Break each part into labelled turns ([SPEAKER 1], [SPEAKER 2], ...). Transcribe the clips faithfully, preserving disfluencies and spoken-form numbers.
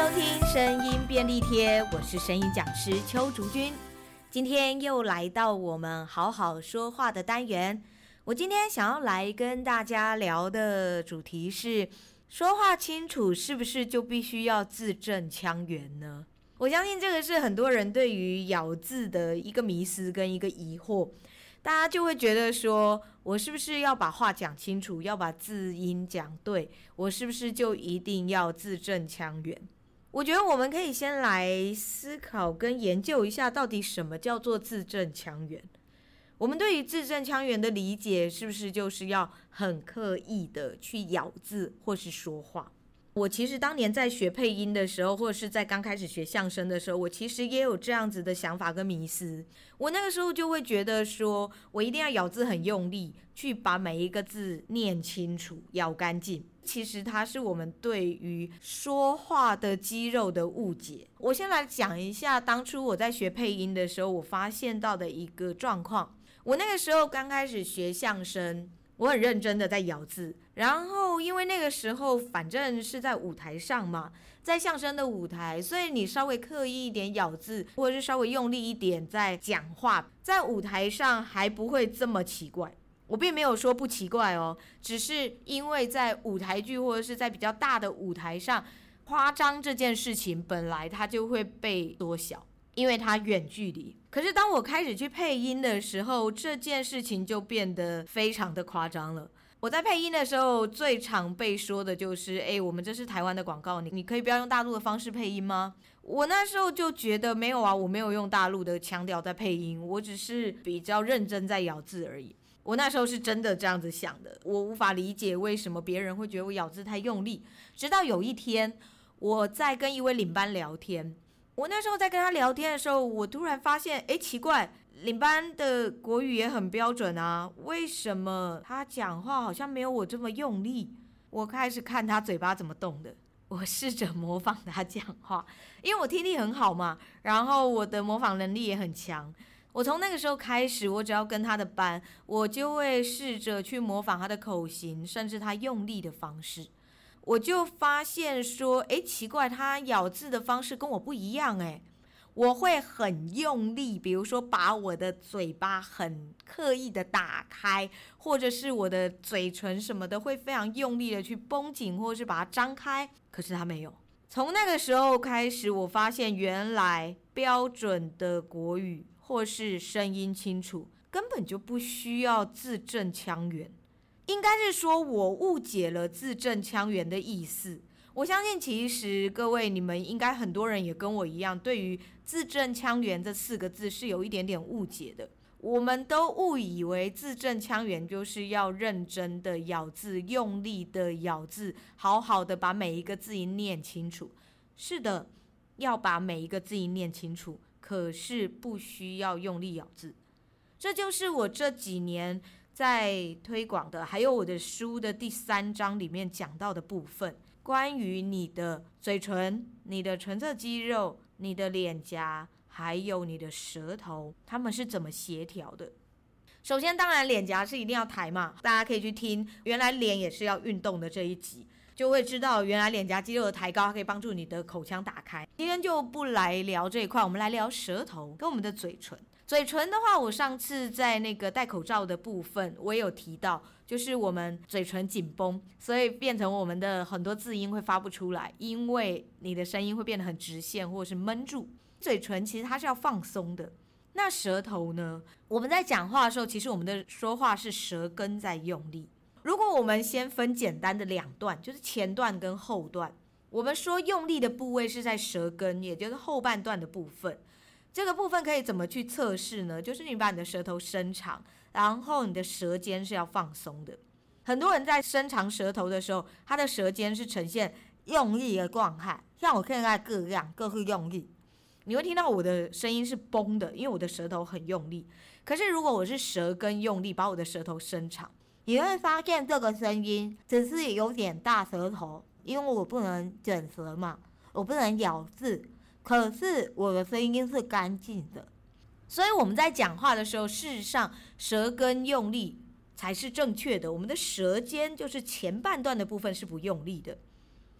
[SPEAKER 1] 听声音便利贴，我是声音讲师邱竹君。今天又来到我们好好说话的单元。我今天想要来跟大家聊的主题是，说话清楚是不是就必须要字正腔圆呢？我相信这个是很多人对于咬字的一个迷思跟一个疑惑。大家就会觉得说，我是不是要把话讲清楚，要把字音讲对，我是不是就一定要字正腔圆？我觉得我们可以先来思考跟研究一下，到底什么叫做字正腔圆。我们对于字正腔圆的理解，是不是就是要很刻意的去咬字或是说话？我其实当年在学配音的时候，或者是在刚开始学相声的时候，我其实也有这样子的想法跟迷思。我那个时候就会觉得说，我一定要咬字很用力，去把每一个字念清楚，咬干净。其实它是我们对于说话的肌肉的误解。我先来讲一下当初我在学配音的时候，我发现到的一个状况。我那个时候刚开始学相声，我很认真的在咬字，然后因为那个时候反正是在舞台上嘛，在相声的舞台，所以你稍微刻意一点咬字，或者是稍微用力一点在讲话，在舞台上还不会这么奇怪。我并没有说不奇怪哦，只是因为在舞台剧或者是在比较大的舞台上，夸张这件事情本来它就会被缩小，因为它远距离。可是当我开始去配音的时候，这件事情就变得非常的夸张了。我在配音的时候最常被说的就是诶，我们这是台湾的广告，你你可以不要用大陆的方式配音吗？我那时候就觉得没有啊，我没有用大陆的腔调在配音，我只是比较认真在咬字而已。我那时候是真的这样子想的，我无法理解为什么别人会觉得我咬字太用力。直到有一天我在跟一位领班聊天，我那时候在跟他聊天的时候，我突然发现，诶，奇怪，领班的国语也很标准啊，为什么他讲话好像没有我这么用力？我开始看他嘴巴怎么动的，我试着模仿他讲话，因为我听力很好嘛，然后我的模仿能力也很强。我从那个时候开始，我只要跟他的班，我就会试着去模仿他的口型，甚至他用力的方式。我就发现说，诶，奇怪，他咬字的方式跟我不一样诶。我会很用力，比如说把我的嘴巴很刻意的打开，或者是我的嘴唇什么的会非常用力的去绷紧，或者是把它张开，可是他没有。从那个时候开始，我发现原来标准的国语或是声音清楚，根本就不需要字正腔圆。应该是说我误解了字正腔圆的意思。我相信其实各位你们应该很多人也跟我一样，对于字正腔圆这四个字是有一点点误解的。我们都误以为字正腔圆就是要认真的咬字，用力的咬字，好好的把每一个字音念清楚。是的，要把每一个字音念清楚，可是不需要用力咬字。这就是我这几年在推广的，还有我的书的第三章里面讲到的部分，关于你的嘴唇、你的唇侧肌肉、你的脸颊，还有你的舌头，它们是怎么协调的。首先当然脸颊是一定要抬嘛，大家可以去听原来脸也是要运动的这一集，就会知道原来脸颊肌肉的抬高，它可以帮助你的口腔打开。今天就不来聊这一块，我们来聊舌头跟我们的嘴唇。嘴唇的话，我上次在那个戴口罩的部分我也有提到，就是我们嘴唇紧绷，所以变成我们的很多字音会发不出来，因为你的声音会变得很直线或是闷住。嘴唇其实它是要放松的。那舌头呢？我们在讲话的时候，其实我们的说话是舌根在用力。如果我们先分简单的两段，就是前段跟后段，我们说用力的部位是在舌根，也就是后半段的部分。这个部分可以怎么去测试呢？就是你把你的舌头伸长，然后你的舌尖是要放松的。很多人在伸长舌头的时候，他的舌尖是呈现用力的状态，像我现在这样各是用力。你会听到我的声音是绷的，因为我的舌头很用力。可是如果我是舌根用力，把我的舌头伸长，你会发现这个声音只是有点大舌头，因为我不能卷舌嘛，我不能咬字，可是我的声音是干净的。所以我们在讲话的时候，事实上舌根用力才是正确的，我们的舌尖就是前半段的部分是不用力的。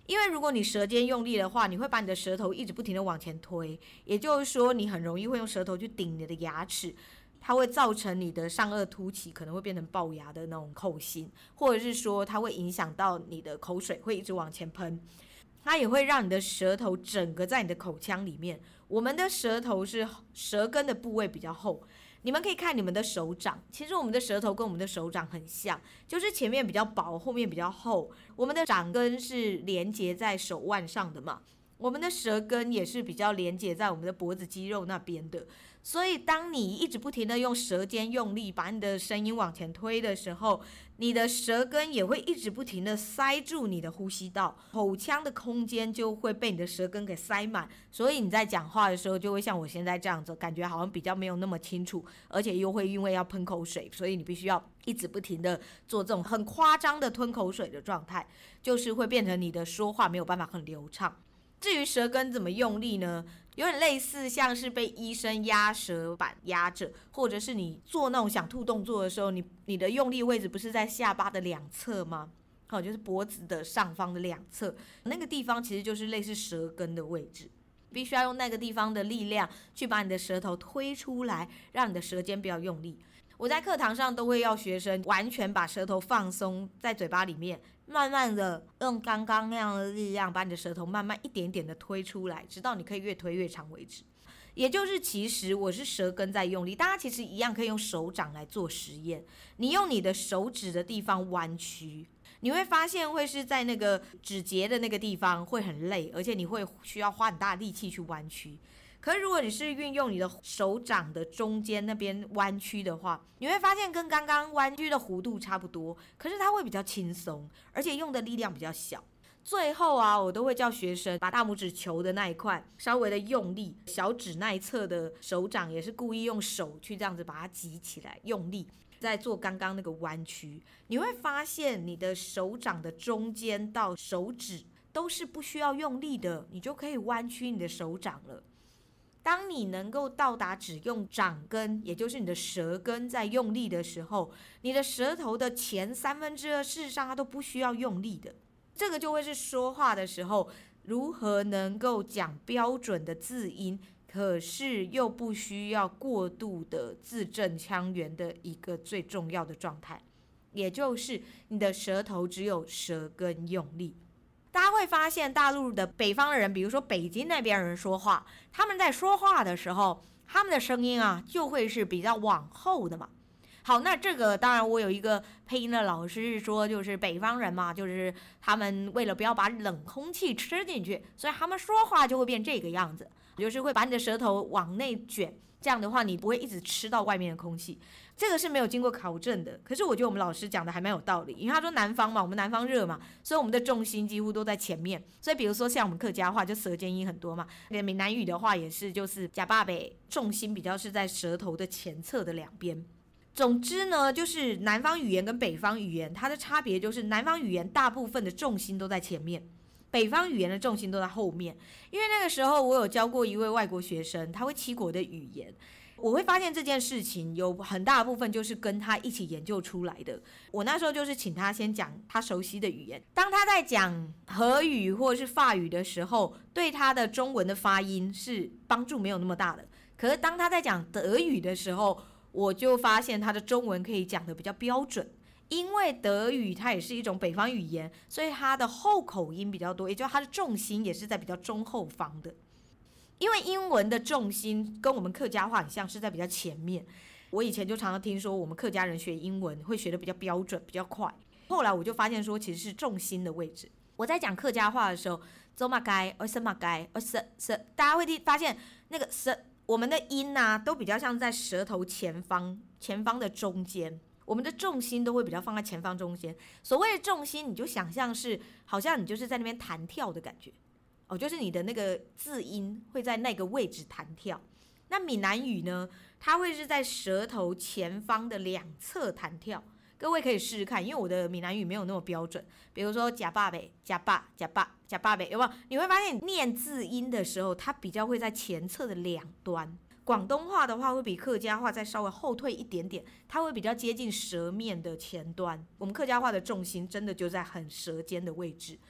[SPEAKER 1] 因为如果你舌尖用力的话，你会把你的舌头一直不停的往前推，也就是说你很容易会用舌头去顶你的牙齿，它会造成你的上颚凸起，可能会变成龅牙的那种口型，或者是说它会影响到你的口水会一直往前喷，它也会让你的舌头整个在你的口腔里面。我们的舌头是舌根的部位比较厚，你们可以看你们的手掌，其实我们的舌头跟我们的手掌很像，就是前面比较薄，后面比较厚。我们的掌根是连接在手腕上的嘛，我们的舌根也是比较连接在我们的脖子肌肉那边的。所以当你一直不停的用舌尖用力把你的声音往前推的时候，你的舌根也会一直不停的塞住你的呼吸道，口腔的空间就会被你的舌根给塞满，所以你在讲话的时候就会像我现在这样子，感觉好像比较没有那么清楚，而且又会因为要喷口水，所以你必须要一直不停的做这种很夸张的吞口水的状态，就是会变成你的说话没有办法很流畅。至于舌根怎么用力呢？有点类似像是被医生压舌板压着，或者是你做那种想吐动作的时候，你你的用力位置不是在下巴的两侧吗？好，就是脖子的上方的两侧，那个地方其实就是类似舌根的位置，必须要用那个地方的力量去把你的舌头推出来，让你的舌尖不要用力。我在课堂上都会要学生完全把舌头放松在嘴巴里面，慢慢的用刚刚那样的力量把你的舌头慢慢一点点的推出来，直到你可以越推越长为止。也就是其实我是舌根在用力，大家其实一样可以用手掌来做实验。你用你的手指的地方弯曲，你会发现会是在那个指节的那个地方会很累，而且你会需要花很大力气去弯曲。可是如果你是运用你的手掌的中间那边弯曲的话，你会发现跟刚刚弯曲的弧度差不多，可是它会比较轻松，而且用的力量比较小。最后啊，我都会叫学生把大拇指球的那一块稍微的用力，小指那一侧的手掌也是故意用手去这样子把它挤起来，用力再做刚刚那个弯曲。你会发现你的手掌的中间到手指都是不需要用力的，你就可以弯曲你的手掌了。当你能够到达只用掌根，也就是你的舌根在用力的时候，你的舌头的前三分之二事实上它都不需要用力的。这个就会是说话的时候如何能够讲标准的字音，可是又不需要过度的字正腔圆的一个最重要的状态，也就是你的舌头只有舌根用力。大家会发现大陆的北方人，比如说北京那边人说话，他们在说话的时候，他们的声音啊就会是比较往后的嘛。好，那这个当然我有一个配音的老师是说，就是北方人嘛，就是他们为了不要把冷空气吃进去，所以他们说话就会变这个样子，就是会把你的舌头往内卷，这样的话你不会一直吃到外面的空气。这个是没有经过考证的，可是我觉得我们老师讲的还蛮有道理，因为他说南方嘛，我们南方热嘛，所以我们的重心几乎都在前面，所以比如说像我们客家话就舌尖音很多嘛，闽南语的话也是，就是假爸北重心比较是在舌头的前侧的两边。总之呢，就是南方语言跟北方语言它的差别就是南方语言大部分的重心都在前面，北方语言的重心都在后面。因为那个时候我有教过一位外国学生，他会七国的语言，我会发现这件事情有很大的部分就是跟他一起研究出来的。我那时候就是请他先讲他熟悉的语言，当他在讲荷语或者是法语的时候，对他的中文的发音是帮助没有那么大的。可是当他在讲德语的时候，我就发现他的中文可以讲得比较标准，因为德语它也是一种北方语言，所以它的后口音比较多，也就是它的重心也是在比较中后方的。因为英文的重心跟我们客家话很像，是在比较前面。我以前就常常听说我们客家人学英文会学得比较标准比较快，后来我就发现说其实是重心的位置。我在讲客家话的时候，走马该哦什马该哦什什，大家会发现那个什我们的音啊都比较像在舌头前方前方的中间，我们的重心都会比较放在前方中间。所谓的重心，你就想象是好像你就是在那边弹跳的感觉哦，就是你的那个字音会在那个位置弹跳。那闽南语呢，它会是在舌头前方的两侧弹跳。各位可以试试看，因为我的闽南语没有那么标准。比如说假爸北、假爸、假爸、假爸北，有没有？你会发现你念字音的时候，它比较会在前侧的两端。广东话的话会比客家话再稍微后退一点点，它会比较接近舌面的前端。我们客家话的重心真的就在很舌尖的位置。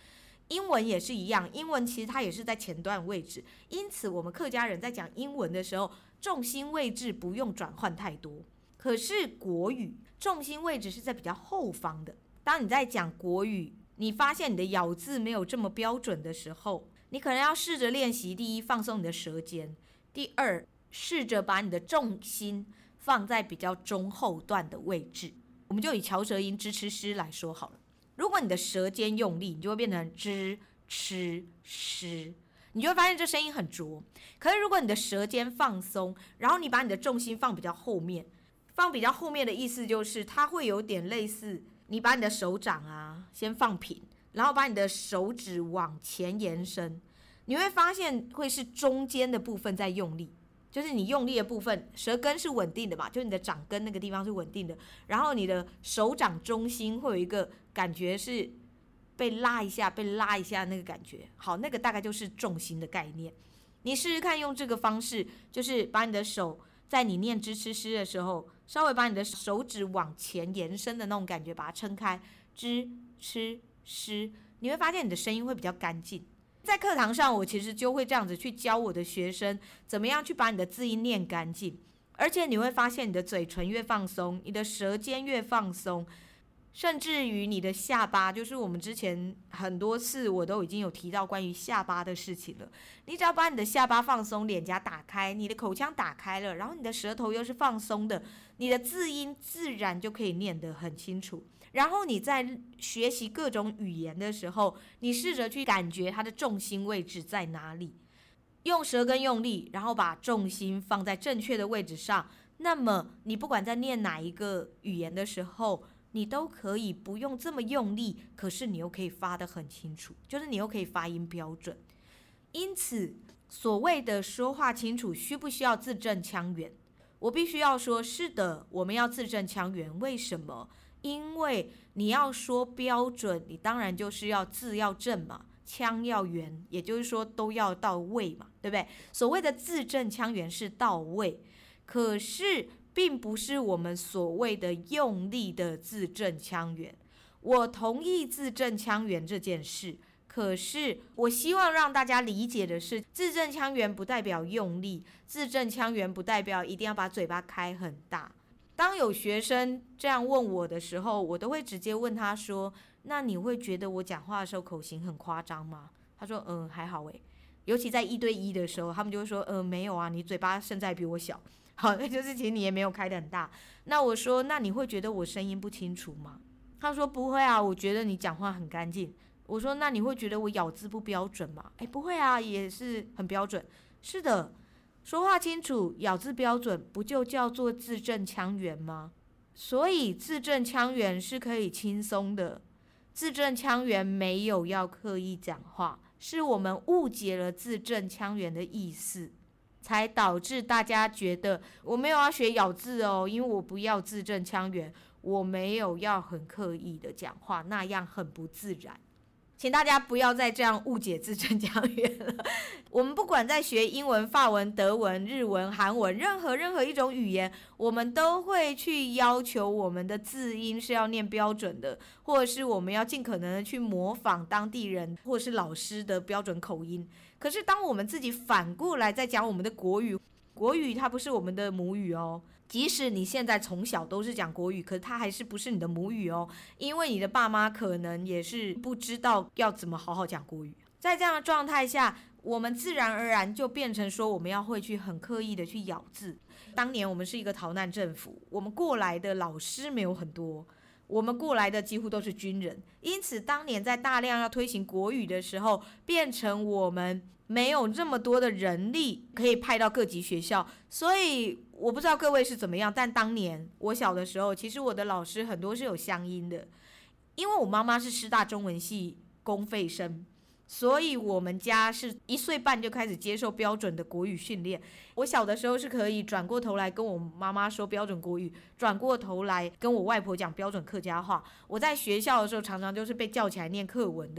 [SPEAKER 1] 英文也是一样，英文其实它也是在前段位置，因此我们客家人在讲英文的时候，重心位置不用转换太多。可是国语重心位置是在比较后方的。当你在讲国语，你发现你的咬字没有这么标准的时候，你可能要试着练习：第一，放松你的舌尖；第二，试着把你的重心放在比较中后段的位置。我们就以翘舌音支吃诗来说好了。如果你的舌尖用力，你就会变成支吃诗，你就会发现这声音很浊。可是如果你的舌尖放松，然后你把你的重心放比较后面，放比较后面的意思就是它会有点类似你把你的手掌啊先放平，然后把你的手指往前延伸，你会发现会是中间的部分在用力，就是你用力的部分，舌根是稳定的嘛，就是你的掌根那个地方是稳定的，然后你的手掌中心会有一个感觉是被拉一下被拉一下那个感觉，好，那个大概就是重心的概念。你试试看用这个方式，就是把你的手在你念支吃诗的时候，稍微把你的手指往前延伸的那种感觉把它撑开，支吃诗，你会发现你的声音会比较干净。在课堂上我其实就会这样子去教我的学生怎么样去把你的字音念干净，而且你会发现你的嘴唇越放松，你的舌尖越放松，甚至于你的下巴，就是我们之前很多次我都已经有提到关于下巴的事情了，你只要把你的下巴放松，脸颊打开，你的口腔打开了，然后你的舌头又是放松的，你的字音自然就可以念得很清楚。然后你在学习各种语言的时候，你试着去感觉它的重心位置在哪里，用舌根用力，然后把重心放在正确的位置上，那么你不管在念哪一个语言的时候，你都可以不用这么用力，可是你又可以发得很清楚，就是你又可以发音标准。因此所谓的说话清楚需不需要字正腔圆，我必须要说是的，我们要字正腔圆。为什么？因为你要说标准，你当然就是要字要正嘛，腔要圆，也就是说都要到位嘛，对不对？所谓的字正腔圆是到位，可是并不是我们所谓的用力的字正腔圆。我同意字正腔圆这件事，可是我希望让大家理解的是，字正腔圆不代表用力，字正腔圆不代表一定要把嘴巴开很大。当有学生这样问我的时候，我都会直接问他说，那你会觉得我讲话的时候口型很夸张吗？他说嗯还好诶，尤其在一对一的时候，他们就会说嗯没有啊，你嘴巴现在比我小，好，那就是其实你也没有开得很大。那我说那你会觉得我声音不清楚吗？他说不会啊，我觉得你讲话很干净。我说那你会觉得我咬字不标准吗？诶，不会啊，也是很标准。是的，说话清楚，咬字标准，不就叫做字正腔圆吗？所以字正腔圆是可以轻松的，字正腔圆没有要刻意讲话，是我们误解了字正腔圆的意思，才导致大家觉得我没有要学咬字哦，因为我不要字正腔圆，我没有要很刻意的讲话，那样很不自然。请大家不要再这样误解字正腔圆了。我们不管在学英文、法文、德文、日文、韩文，任何任何一种语言，我们都会去要求我们的字音是要念标准的，或者是我们要尽可能的去模仿当地人或者是老师的标准口音。可是当我们自己反过来在讲我们的国语，国语它不是我们的母语哦，即使你现在从小都是讲国语，可是它还是不是你的母语哦，因为你的爸妈可能也是不知道要怎么好好讲国语。在这样的状态下，我们自然而然就变成说我们要会去很刻意的去咬字。当年我们是一个逃难政府，我们过来的老师没有很多，我们过来的几乎都是军人，因此当年在大量要推行国语的时候，变成我们没有这么多的人力可以派到各级学校。所以我不知道各位是怎么样，但当年我小的时候，其实我的老师很多是有乡音的，因为我妈妈是师大中文系公费生，所以我们家是一岁半就开始接受标准的国语训练。我小的时候是可以转过头来跟我妈妈说标准国语，转过头来跟我外婆讲标准客家话。我在学校的时候常常就是被叫起来念课文的。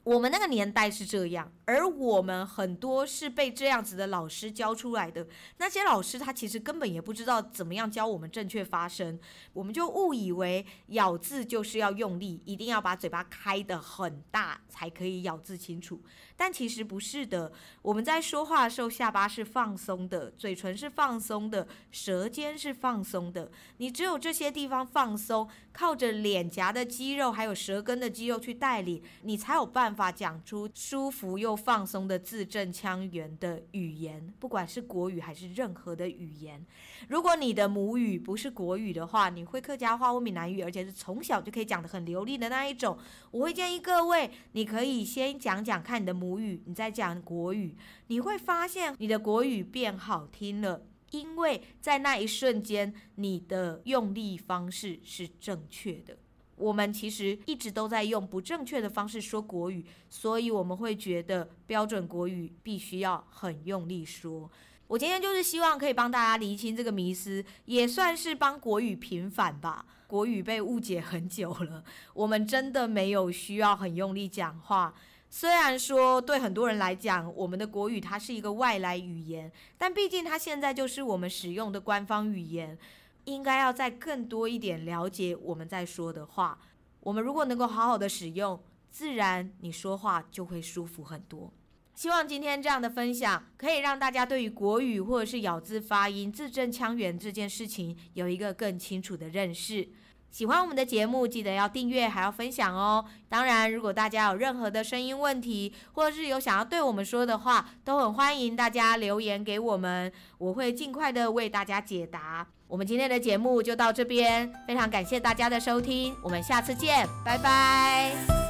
[SPEAKER 1] 我们那个年代是这样，而我们很多是被这样子的老师教出来的。那些老师他其实根本也不知道怎么样教我们正确发声，我们就误以为咬字就是要用力，一定要把嘴巴开得很大才可以咬字清楚。但其实不是的，我们在说话的时候，下巴是放松的，嘴唇是放松的，舌尖是放松的。你只有这些地方放松，靠着脸颊的肌肉还有舌根的肌肉去带领，你才有办法讲出舒服又放松的字正腔圆的语言，不管是国语还是任何的语言。如果你的母语不是国语的话，你会客家话或闽南语，而且是从小就可以讲得很流利的那一种，我会建议各位，你可以先讲讲看你的母语，你再讲国语，你会发现你的国语变好听了，因为在那一瞬间你的用力方式是正确的。我们其实一直都在用不正确的方式说国语，所以我们会觉得标准国语必须要很用力说。我今天就是希望可以帮大家厘清这个迷思，也算是帮国语平反吧。国语被误解很久了，我们真的没有需要很用力讲话。虽然说对很多人来讲，我们的国语它是一个外来语言，但毕竟它现在就是我们使用的官方语言，应该要再更多一点了解我们在说的话。我们如果能够好好的使用，自然你说话就会舒服很多。希望今天这样的分享可以让大家对于国语或者是咬字发音、字正腔圆这件事情有一个更清楚的认识。喜欢我们的节目，记得要订阅还要分享哦。当然，如果大家有任何的声音问题，或者是有想要对我们说的话，都很欢迎大家留言给我们，我会尽快的为大家解答。我们今天的节目就到这边，非常感谢大家的收听，我们下次见，拜拜。